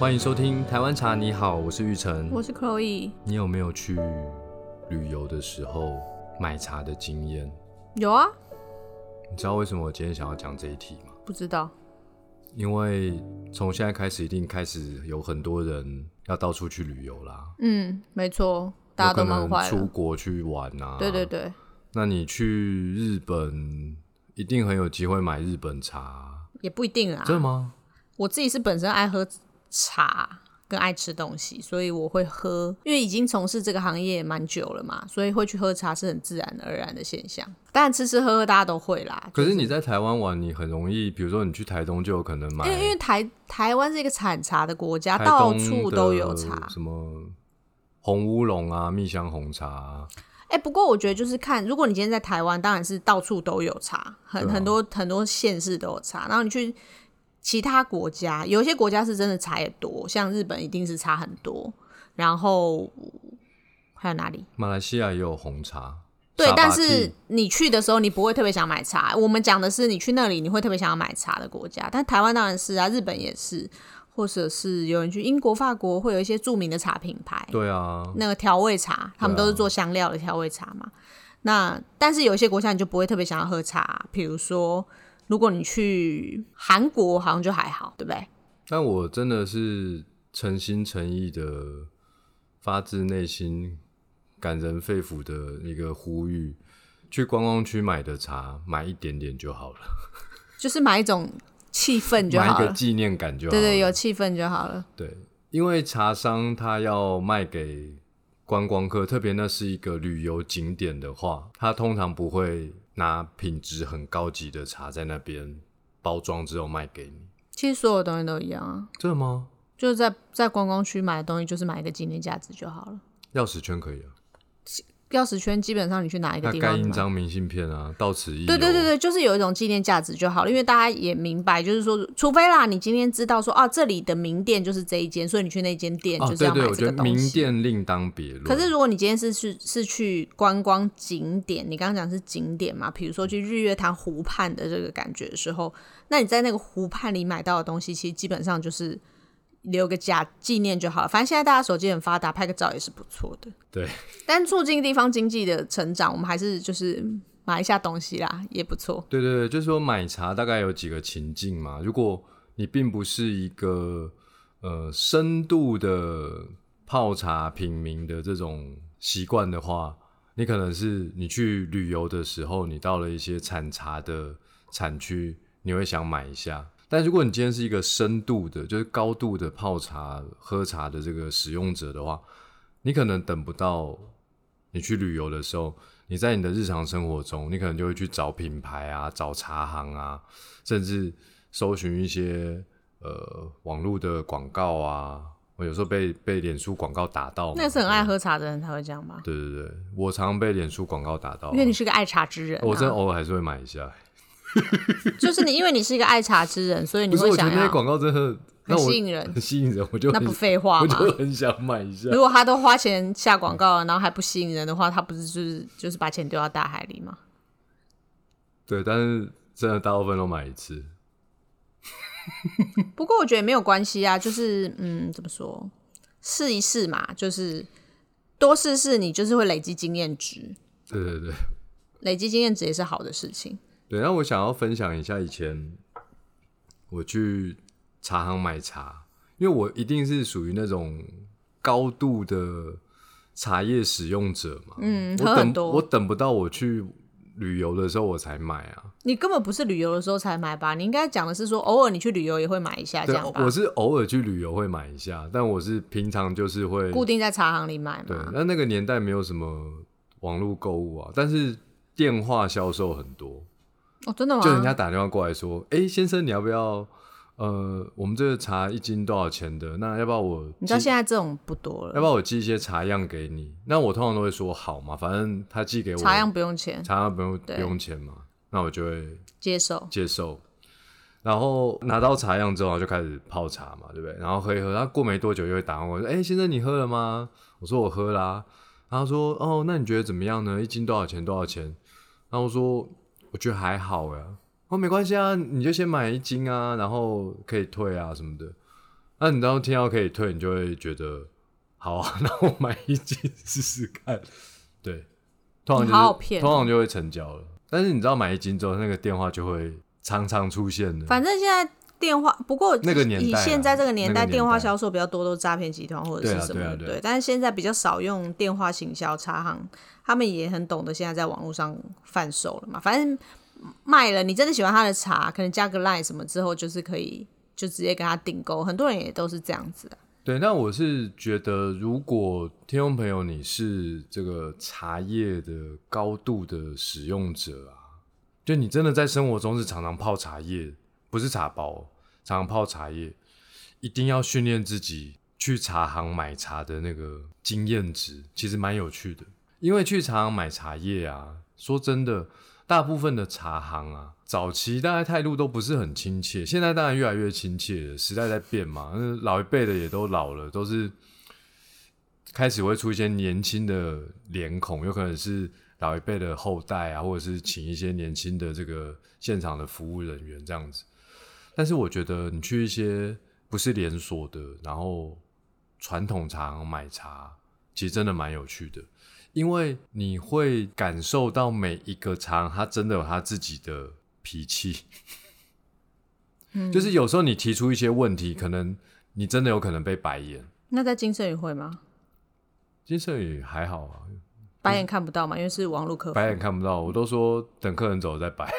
欢迎收听台湾茶你好，我是玉成， 我是 Chloe。 你有没有去旅游的时候买茶的经验？ 有啊。 你知道为什么我今天想要讲这一题吗？ 不知道。 因为从现在开始一定开始有很多人要到处去旅游啦。 没错，大家都忙坏了， 有可能出国去玩啊。 对对对。 那你去日本一定很有机会买日本茶。 也不一定啊。 真的吗？ 我自己是本身爱喝茶跟爱吃东西，所以我会喝，因为已经从事这个行业蛮久了嘛，所以会去喝茶是很自然而然的现象。当然吃吃喝喝大家都会啦。 可是你在台湾玩，你很容易，比如说你去台东就有可能买， 因为台湾是一个产茶的国家，到处都有茶， 什么红乌龙啊、蜜香红茶啊。 不过我觉得就是看，如果你今天在台湾，当然是到处都有茶，很多县市都有茶。然后你去其他国家，有一些国家是真的茶也多，像日本一定是茶很多。然后还有哪里？ 马来西亚也有红茶。 对，但是你去的时候，你不会特别想买茶。我们讲的是你去那里，你会特别想要买茶的国家。但台湾当然是啊，日本也是。或者是有人去英国、法国，会有一些著名的茶品牌。 对啊， 那个调味茶，他们都是做香料的调味茶嘛。但是有一些国家你就不会特别想要喝茶，比如说如果你去韩国，好像就还好，对不对？ 但我真的是诚心诚意的、发自内心、感人肺腑的一个呼吁：去观光区买的茶，买一点点就好了， 就是买一种气氛就好了， 买一个纪念感就好了。 对，有气氛就好了。 对，因为茶商他要卖给观光客，特别那是一个旅游景点的话，他通常不会拿品质很高级的茶在那边包装之后卖给你。 其实所有东西都一样啊。 真的吗？ 就是在观光区买的东西，就是买一个纪念价值就好了。 钥匙圈可以啊。 钥匙圈基本上你去哪一个地方， 它盖印张明信片啊，到此一游。 对，就是有一种纪念价值就好了。因为大家也明白，就是说，除非啦，你今天知道说这里的名店就是这一间，所以你去那间店就是要买这个东西。 对，我觉得名店另当别论。 可是如果你今天是去观光景点，你刚刚讲是景点嘛，比如说去日月潭湖畔的这个感觉的时候，那你在那个湖畔里买到的东西，其实基本上就是留个纪念就好了。反正现在大家手机很发达，拍个照也是不错的。 对， 但促进地方经济的成长，我们还是就是买一下东西啦，也不错。 对，就是说买茶大概有几个情境嘛。如果你并不是一个深度的泡茶品茗的这种习惯的话，你可能是你去旅游的时候，你到了一些产茶的产区，你会想买一下。但如果你今天是一个深度的，就是高度的泡茶、喝茶的这个使用者的话，你可能等不到你去旅游的时候，你在你的日常生活中，你可能就会去找品牌啊、找茶行啊，甚至搜寻一些网络的广告啊。我有时候被脸书广告打到嘛， 那是很爱喝茶的人才会这样吧？ 对，我常常被脸书广告打到， 因为你是个爱茶之人我真的偶尔还是会买一下。 就是你，因为你是一个爱茶之人，所以你会想要。 不是，我觉得那些广告真的很吸引人， 很吸引人，我就那不废话吗？ 我就很想买一下。 如果他都花钱下广告了，然后还不吸引人的话，他不是就是把钱丢到大海里吗？ 对，但是真的大部分都买一次。 不过我觉得也没有关系啊，就是怎么说，试一试嘛，就是多试试，你就是会累积经验值。 对， 累积经验值也是好的事情。 对，那我想要分享一下以前我去茶行买茶，因为我一定是属于那种高度的茶叶使用者嘛， 喝很多， 我等不到我去旅游的时候我才买啊。 你根本不是旅游的时候才买吧？你应该讲的是说偶尔你去旅游也会买一下这样吧？ 我是偶尔去旅游会买一下，但我是平常就是会固定在茶行里买嘛。 对，那个年代没有什么网络购物啊，但是电话销售很多。 哦，真的吗？ 就人家打电话过来说，先生你要不要我们这个茶一斤多少钱的，那要不要你知道现在这种不多了， 要不要我寄一些茶样给你？那我通常都会说好嘛，反正他寄给我茶样不用钱， 茶样不用钱嘛，那我就会接受。然后拿到茶样之后就开始泡茶嘛，对不对？然后喝一喝，他过没多久又会打电话说，先生你喝了吗？我说我喝啦。然后说那你觉得怎么样呢？一斤多少钱？然后我说我觉得还好呀。没关系啊，你就先买1斤啊，然后可以退啊什么的。 那你到听到可以退，你就会觉得好啊，那我买1斤试试看。对，通常就会成交了。但是你知道买1斤之后，那个电话就会常常出现的。 反正现在电话，不过那个年代、 以现在这个年代，电话销售售比较多，都是诈骗集团或者是什么的，对。但是现在比较少用电话行销茶行，他们也很懂得现在在网络上贩售了嘛。反正卖了，你真的喜欢他的茶，可能加个 line 什么之后，就是可以就直接跟他订购。很多人也都是这样子的。 对，那我是觉得，如果听众朋友你是这个茶叶的高度的使用者啊，就你真的在生活中是常常泡茶叶，不是茶包，常常泡茶叶，一定要训练自己去茶行买茶的那个经验值，其实蛮有趣的。因为去茶行买茶叶啊，说真的，大部分的茶行啊，早期大概态度都不是很亲切，现在当然越来越亲切了，时代在变嘛，老一辈的也都老了，都是开始会出现年轻的脸孔，有可能是老一辈的后代啊，或者是请一些年轻的这个现场的服务人员这样子。但是我觉得你去一些不是连锁的，然后传统茶行买茶，其实真的蛮有趣的。因为你会感受到每一个茶行它真的有它自己的脾气就是有时候你提出一些问题，可能你真的有可能被白眼。 那在金盛宇会吗？ 金盛宇还好啊， 白眼看不到嘛，因为是网络客服， 白眼看不到，我都说等客人走了再白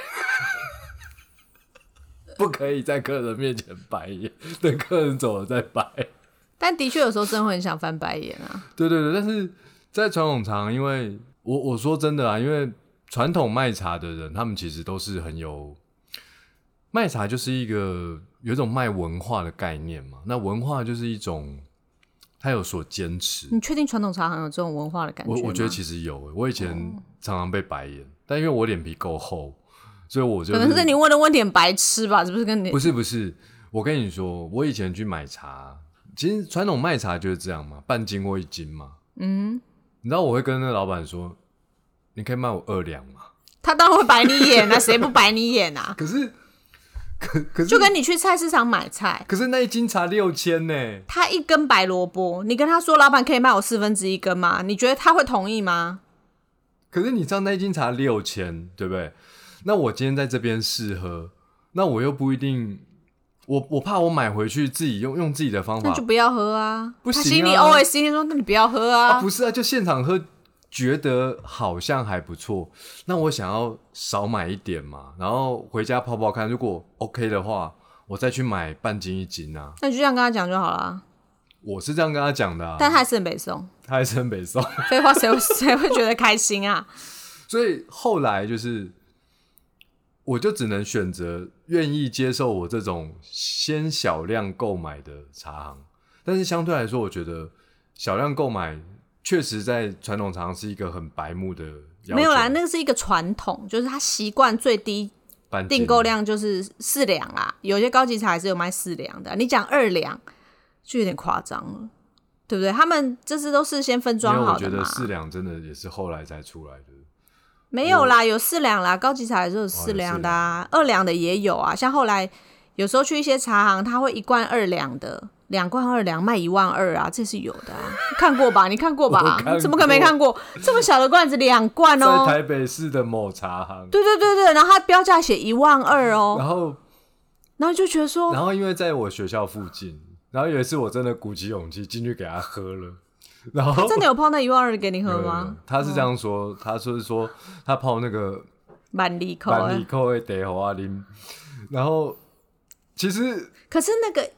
不可以在客人面前白眼，等客人走了再白。 但的确有时候真的会很想翻白眼啊。 对对对，但是在传统茶，因为我说真的啊，因为传统卖茶的人，他们其实都是很有卖茶，就是一个有一种卖文化的概念嘛。那文化就是一种他有所坚持。 你确定传统茶行有这种文化的感觉吗？ 我觉得其实有，我以前常常被白眼，但因为我脸皮够厚，所以我就可能是你问的问题很白痴吧？是不是跟你不是，我跟你说，我以前去买茶，其实传统卖茶就是这样嘛，半斤或1斤嘛。你知道我会跟那个老板说，你可以卖我2两吗？ 他当然会白你眼啊，谁不白你眼啊？ 可是就跟你去菜市场买菜， 可是那1斤茶6000呢。 他1根白萝卜，你跟他说老板可以卖我1/4根吗？你觉得他会同意吗？ 可是你知道那1斤茶6000，对不对？那我今天在这边试喝，那我又不一定，我怕我买回去自己用自己的方法， 那就不要喝啊。 不行啊， 他心里 OS 心里说，那你不要喝啊。 不是啊，就现场喝，觉得好像还不错，那我想要少买一点嘛，然后回家泡泡看，如果 OK 的话，我再去买半斤1斤啊。 那你就这样跟他讲就好了。 我是这样跟他讲的啊， 但他还是很北宋， 他还是很北宋。 废话，谁会觉得开心啊？ 所以后来就是，我就只能选择愿意接受我这种先小量购买的茶行，但是相对来说，我觉得小量购买确实在传统茶行是一个很白目的要求。 没有啦，那个是一个传统，就是他习惯最低订购量就是4两啦，有些高级茶还是有卖4两的。你讲2两就有点夸张了，对不对？他们这是都事先分装好的嘛。 我觉得4两真的也是后来才出来的。 没有啦，有4两啦，高级茶也是有4两的啊，2两的也有啊。像后来有时候去一些茶行，他会1罐2两的，2罐2两卖12000啊，这是有的啊。看过吧？你看过吧？怎么可能没看过？这么小的罐子2罐哦， 在台北市的某茶行。 对对对对，然后它标价写12000哦，然后就觉得说， 然后因为在我学校附近，然后有一次我真的鼓起勇气进去给他喝了。然后他真的有泡那12000给你喝吗？ 他是这样说，他是说他泡那个万利口的茶给我啉，然后其实可是那个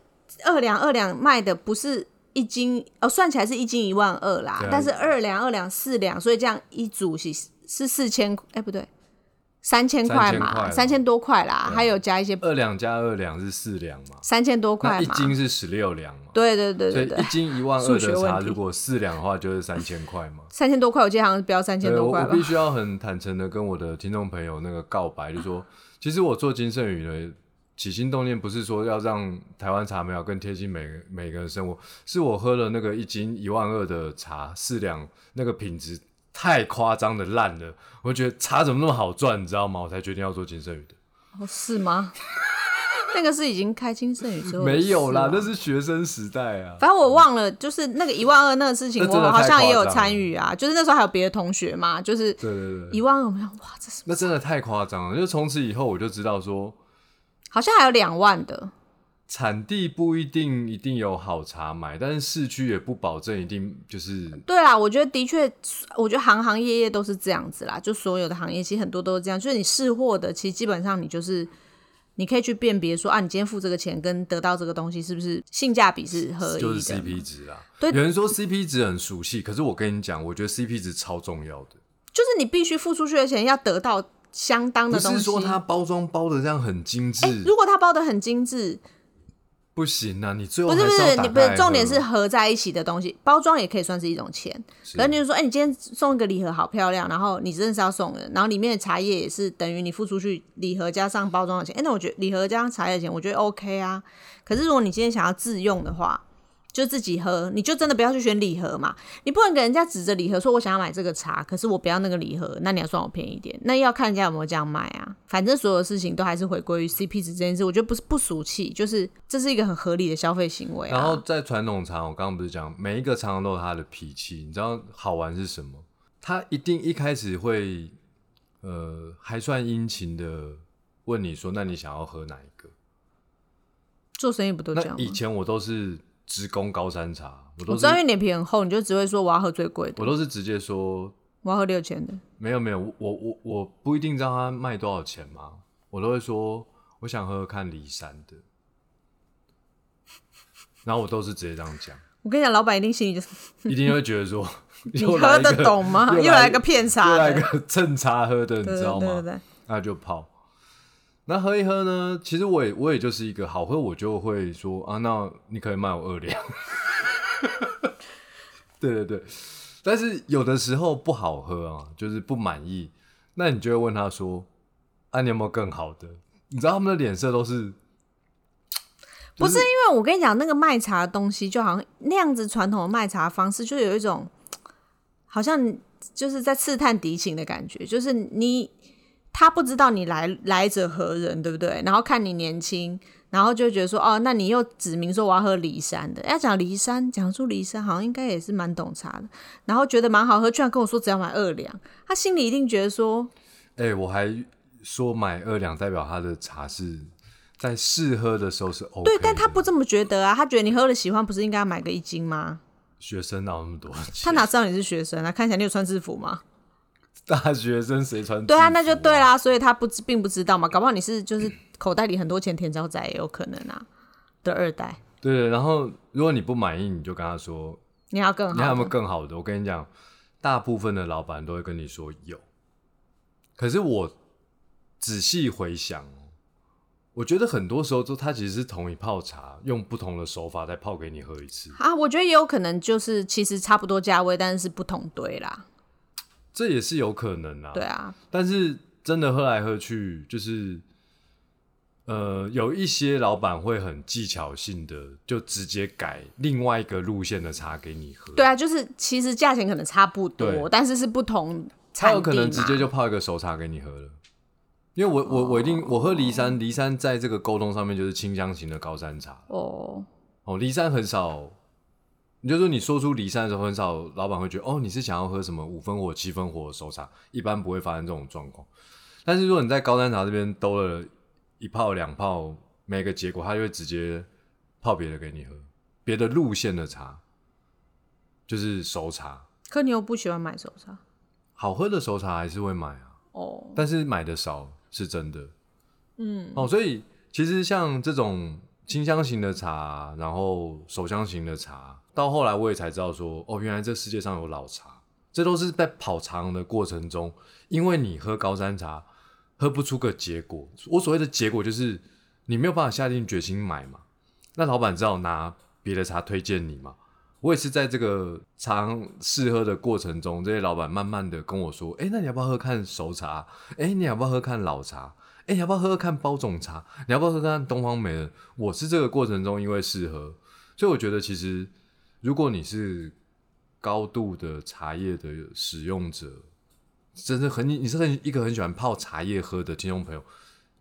2两卖的不是1斤哦，算起来是1斤12000啦，但是2两4两，所以这样一组是4000，哎不对，3000块嘛，3000多块啦，还有加一些 2两加2两是4两嘛 ，3000多块嘛， 一斤是16两嘛， 对对对对， 所以1斤12000的茶，如果4两的话就是3000块嘛 ，3000多块，我记得好像是标3000多块吧。 我必须要很坦诚的跟我的听众朋友那个告白，就是说，其实我做金盛宇的起心动念不是说要让台湾茶苗更贴近每个人生活，是我喝了那个1斤12000的茶4两，那个品质太夸张的烂了，我觉得茶怎么那么好赚，你知道吗？我才决定要做金盛宇的。 哦，是吗？ 那个是已经开青盛宇之后没有啦，那是学生时代啊。 反正我忘了，就是那个12000那个事情，我好像也有参与啊。就是那时候还有别的同学嘛，就是对 12000，我们想哇，这是那真的太夸张了。就从此以后我就知道说， 好像还有2万的。 产地不一定有好茶买，但是市区也不保证一定就是。 对啦，我觉得的确，我觉得行行业业都是这样子啦，就所有的行业其实很多都是这样，就是你试货的，其实基本上你就是你可以去辨别说啊，你今天付这个钱跟得到这个东西是不是性价比是合理的， 就是 CP 值啦。 对， 有人说 CP 值很俗气，可是我跟你讲，我觉得 CP 值超重要的， 就是你必须付出去的钱要得到相当的东西。 不是说它包装包的这样很精致， 如果它包的很精致。 不行啊！你最后不是你不是重点是合在一起的东西，包装也可以算是一种钱。可是你就说，你今天送一个礼盒好漂亮，然后你真的是要送人，然后里面的茶叶也是等于你付出去礼盒加上包装的钱，那我觉得礼盒加上茶叶的钱，我觉得 OK 啊。可是如果你今天想要自用的话，就自己喝，你就真的不要去选礼盒嘛。你不能给人家指着礼盒说我想要买这个茶，可是我不要那个礼盒，那你要算我便宜一点。那要看人家有没有这样卖啊。反正所有事情都还是回归于 CP 值这件事，我觉得不俗气，就是这是一个很合理的消费行为啊。 然后在传统茶，我刚刚不是讲每一个茶都有它的脾气，你知道好玩是什么？他一定一开始会还算殷勤的问你说，那你想要喝哪一个？ 做生意不都这样吗？ 那以前我都是只供高山茶， 我知道因为脸皮很厚，你就只会说我要喝最贵的。 我都是直接说我要喝6000的。 没有，我不一定知道他卖多少钱嘛，我都会说我想喝喝看梨山的，然后我都是直接这样讲。 我跟你讲，老板一定心里就是一定会觉得说你喝得懂吗？又来个骗茶的， 又来个蹭茶喝的，你知道吗？ 对， 那就泡。那喝一喝呢？其实我也就是一个好喝，我就会说啊，那你可以卖我2两。对，但是有的时候不好喝啊，就是不满意，那你就会问他说啊，你有没有更好的？你知道他们的脸色都是。 不是因为我跟你讲，那个卖茶的东西，就好像那样子传统的卖茶方式，就有一种好像就是在刺探敌情的感觉，就是他不知道你来者何人，对不对？然后看你年轻，然后就觉得说，哦，那你又指明说我要喝梨山的，要讲梨山，讲出梨山，好像应该也是蛮懂茶的，然后觉得蛮好喝，居然跟我说只要买2两，他心里一定觉得说， 我还说买2两代表他的茶是在试喝的时候是 OK 的。 对，但他不这么觉得啊，他觉得你喝了喜欢，不是应该要买个1斤吗？ 学生哪有那么多钱？ 他哪知道你是学生啊？看起来你有穿制服吗？ 大学生谁穿制服？ 对啊，那就对啦，所以他并不知道嘛，搞不好你是就是口袋里很多钱填招仔也有可能啊的2代。 对，然后如果你不满意，你就跟他说你要更好的， 你还有没有更好的？我跟你讲，大部分的老板都会跟你说有，可是我仔细回想，我觉得很多时候他其实是同一泡茶，用不同的手法再泡给你喝一次啊。我觉得也有可能就是其实差不多价位，但是不同堆啦。 这也是有可能啊。 对啊， 但是真的喝来喝去，就是有一些老板会很技巧性的，就直接改另外一个路线的茶给你喝。 对啊，就是其实价钱可能差不多，但是是不同产地嘛。 他有可能直接就泡一个熟茶给你喝了。因为我一定我喝梨山在这个沟通上面就是清香型的高山茶梨山很少，你就说你说出梨山的时候，很少老板会觉得你是想要喝什么5分火7分火的熟茶，一般不会发生这种状况。但是如果你在高山茶这边兜了1泡2泡，每个结果他就会直接泡别的给你喝，别的路线的茶，就是熟茶。 可你又不喜欢买熟茶？ 好喝的熟茶还是会买啊，但是买的少。是真的，所以其实像这种清香型的茶，然后手香型的茶，到后来我也才知道说，原来这世界上有老茶，这都是在跑茶行的过程中，因为你喝高山茶喝不出个结果，我所谓的结果就是你没有办法下定决心买嘛，那老板只好拿别的茶推荐你嘛。我也是在这个茶行试喝的过程中，这些老板慢慢的跟我说，那你要不要喝看熟茶？你要不要喝看老茶？你要不要喝看包种茶？你要不要喝看东方美人？我是这个过程中因为试喝，所以我觉得其实如果你是高度的茶叶的使用者，真的你是一个很喜欢泡茶叶喝的听众朋友，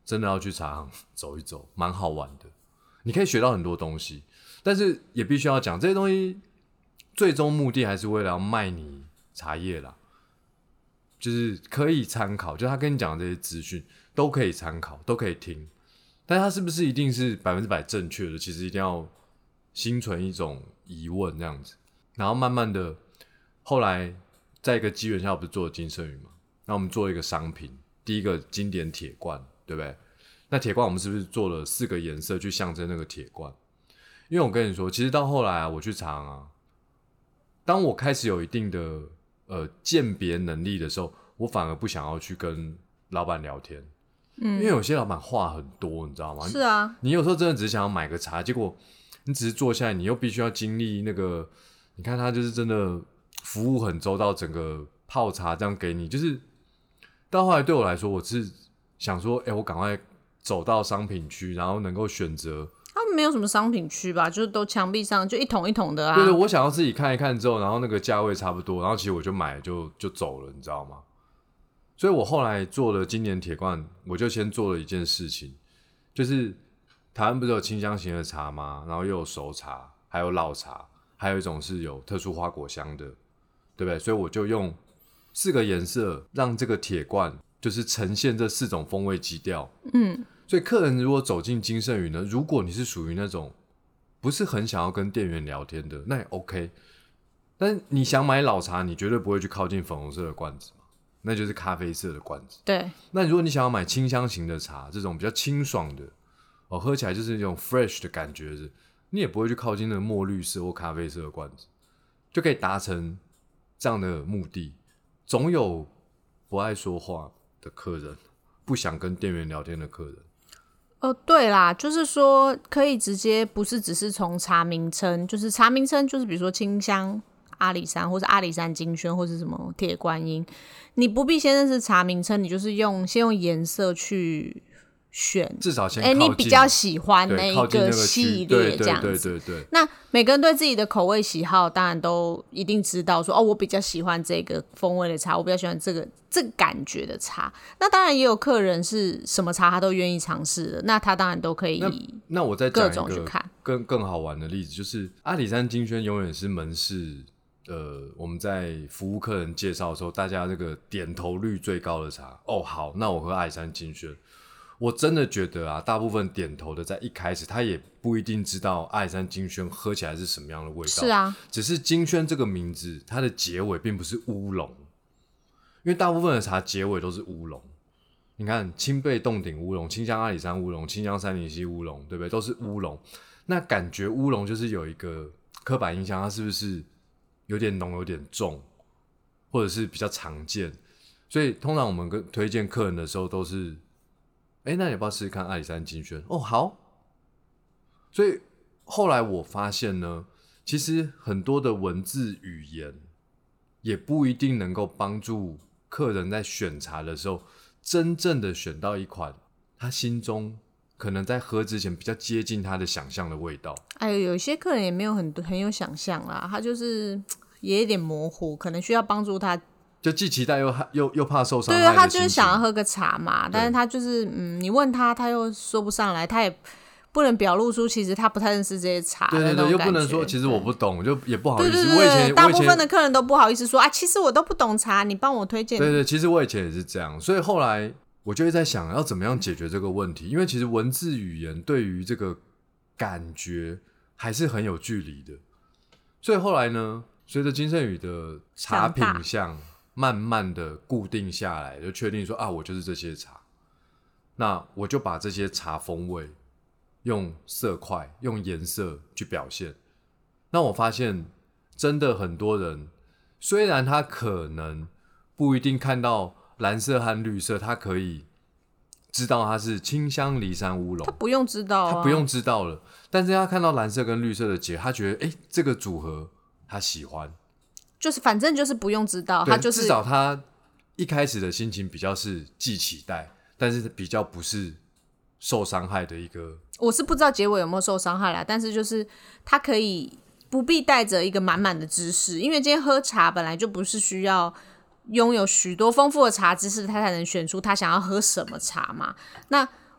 真的要去茶行走一走，蛮好玩的，你可以学到很多东西。但是也必须要讲，这些东西最终目的还是为了要卖你茶叶啦，就是可以参考，就他跟你讲的这些资讯都可以参考，都可以听，但他是不是一定是100%正确的，其实一定要心存一种疑问这样子。然后慢慢的，后来在一个机缘下，我不是做了金圣宇嘛，那我们做了一个商品，第一个经典铁罐，对不对？那铁罐我们是不是做了4个颜色去象征那个铁罐？因为我跟你说，其实到后来啊，我去茶行啊，当我开始有一定的鉴别能力的时候，我反而不想要去跟老板聊天，因为有些老板话很多，你知道吗？ 是啊， 你有时候真的只是想要买个茶，结果你只是坐下来，你又必须要经历那个，你看他就是真的服务很周到，整个泡茶这样给你，就是到后来对我来说，我是想说，我赶快走到商品区，然后能够选择。 他们没有什么商品区吧，就是都墙壁上就一桶一桶的啊。 对对，我想要自己看一看之后，然后那个价位差不多，然后其实我就买就走了，你知道吗？所以我后来做了今年铁罐，我就先做了一件事情，就是台湾不是有清香型的茶吗？然后又有熟茶，还有老茶，还有一种是有特殊花果香的，对不对？所以我就用4个颜色让这个铁罐就是呈现这4种风味基调。所以客人如果走进金圣宇呢，如果你是属于那种不是很想要跟店员聊天的，那也 OK。但你想买老茶，你绝对不会去靠近粉红色的罐子嘛，那就是咖啡色的罐子。 对。 那如果你想要买清香型的茶，这种比较清爽的，喝起来就是那种 fresh 的感觉的，你也不会去靠近那个墨绿色或咖啡色的罐子，就可以达成这样的目的。总有不爱说话的客人，不想跟店员聊天的客人。 对啦，就是说可以直接不是只是从茶名称，就是茶名称就是比如说清香阿里山或是阿里山金萱或是什么铁观音，你不必先认识茶名称，你就是先用颜色去选， 至少先靠近你比较喜欢那一个系列这样子。 对。 那每个人对自己的口味喜好，当然都一定知道说，我比较喜欢这个风味的茶，我比较喜欢这个感觉的茶。那当然也有客人是什么茶他都愿意尝试的，那他当然都可以那我再讲一个各种去看更好玩的例子，就是阿里山金萱永远是门市。我们在服务客人介绍的时候，大家这个点头率最高的茶。好，那我喝阿里山金萱。我真的觉得啊，大部分点头的在一开始他也不一定知道阿里山金萱喝起来是什么样的味道。 是啊， 只是金萱这个名字，它的结尾并不是乌龙，因为大部分的茶结尾都是乌龙。你看青贝洞顶乌龙、清香阿里山乌龙、清香三林溪乌龙，对不对？都是乌龙。那感觉乌龙就是有一个刻板印象，它是不是有点浓、有点重，或者是比较常见？所以通常我们推荐客人的时候都是。那你要不要试试看阿里山金萱？好。所以后来我发现呢，其实很多的文字语言也不一定能够帮助客人在选茶的时候，真正的选到一款他心中可能在喝之前比较接近他的想象的味道。 有些客人也没有很有想象啦，他就是也有点模糊，可能需要帮助他。 就既期待又怕受伤害的心情。 对，他就是想要喝个茶嘛，但是他就是你问他又说不上来，他也不能表露出其实他不太认识这些茶的那种感觉。对， 又不能说其实我不懂，就也不好意思。 对，大部分的客人都不好意思说其实我都不懂茶，你帮我推荐。 对，其实我以前也是这样，所以后来我就会在想要怎么样解决这个问题，因为其实文字语言对于这个感觉还是很有距离的。所以后来呢，随着金圣宇的茶品项慢慢的固定下来，就确定说我就是这些茶，那我就把这些茶风味用色块用颜色去表现。那我发现真的很多人虽然他可能不一定看到蓝色和绿色，他可以知道它是清香梨山乌龙， 他不用知道他不用知道了，但是他看到蓝色跟绿色的结，他觉得这个组合他喜欢， 就是反正就是不用知道，他就是至少他一开始的心情比较是既期待，但是比较不是受伤害的一个。 我是不知道结尾有没有受伤害啦，但是就是他可以不必带着一个满满的知识，因为今天喝茶本来就不是需要拥有许多丰富的茶知识，他才能选出他想要喝什么茶嘛。那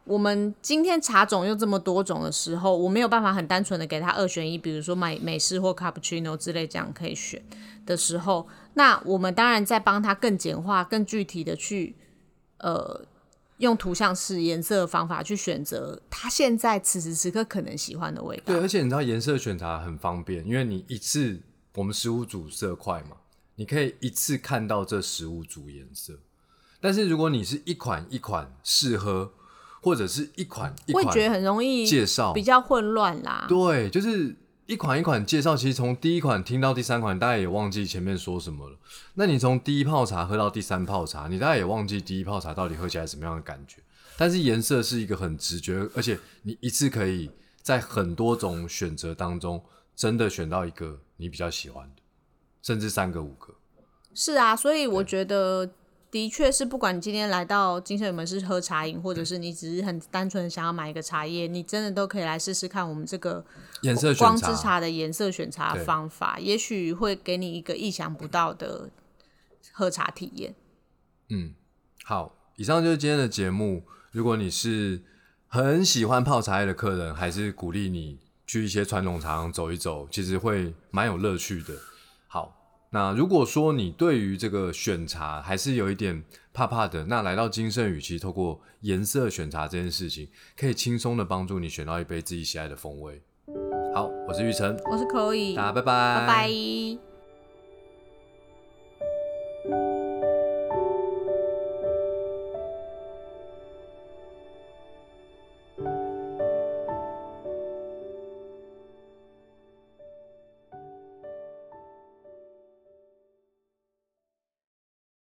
我们今天茶种又这么多种的时候，我没有办法很单纯的给他2选1，比如说美式或 cappuccino 之类这样可以选的时候，那我们当然在帮他更简化、更具体的去用图像式颜色的方法去选择他现在此时此刻可能喜欢的味道。 对，而且你知道颜色选择很方便，因为你一次我们15组色块嘛，你可以一次看到这15组颜色。但是如果你是一款一款试喝，或者是一款一款会觉得很容易介绍， 比较混乱啦。 对，就是一款一款介绍，其实从第一款听到第3款，大概也忘记前面说什么了。那你从第1泡茶喝到第3泡茶，你大概也忘记第1泡茶到底喝起来什么样的感觉。但是颜色是一个很直觉，而且你一次可以在很多种选择当中，真的选到一个你比较喜欢的，甚至3个5个。 是啊，所以我觉得的确是，不管你今天来到金盛宇门是喝茶饮，或者是你只是很单纯想要买一个茶叶，你真的都可以来试试看我们这个颜色选光之茶的颜色选茶方法，也许会给你一个意想不到的喝茶体验。 好，以上就是今天的节目。如果你是很喜欢泡茶叶的客人，还是鼓励你去一些传统茶行走一走，其实会蛮有乐趣的。好，那如果说你对于这个选茶还是有一点怕怕的，那来到金盛宇，其实透过颜色选茶这件事情，可以轻松的帮助你选到一杯自己喜爱的风味。好，我是玉成， 我是 Chloe， 大家拜拜， 拜拜。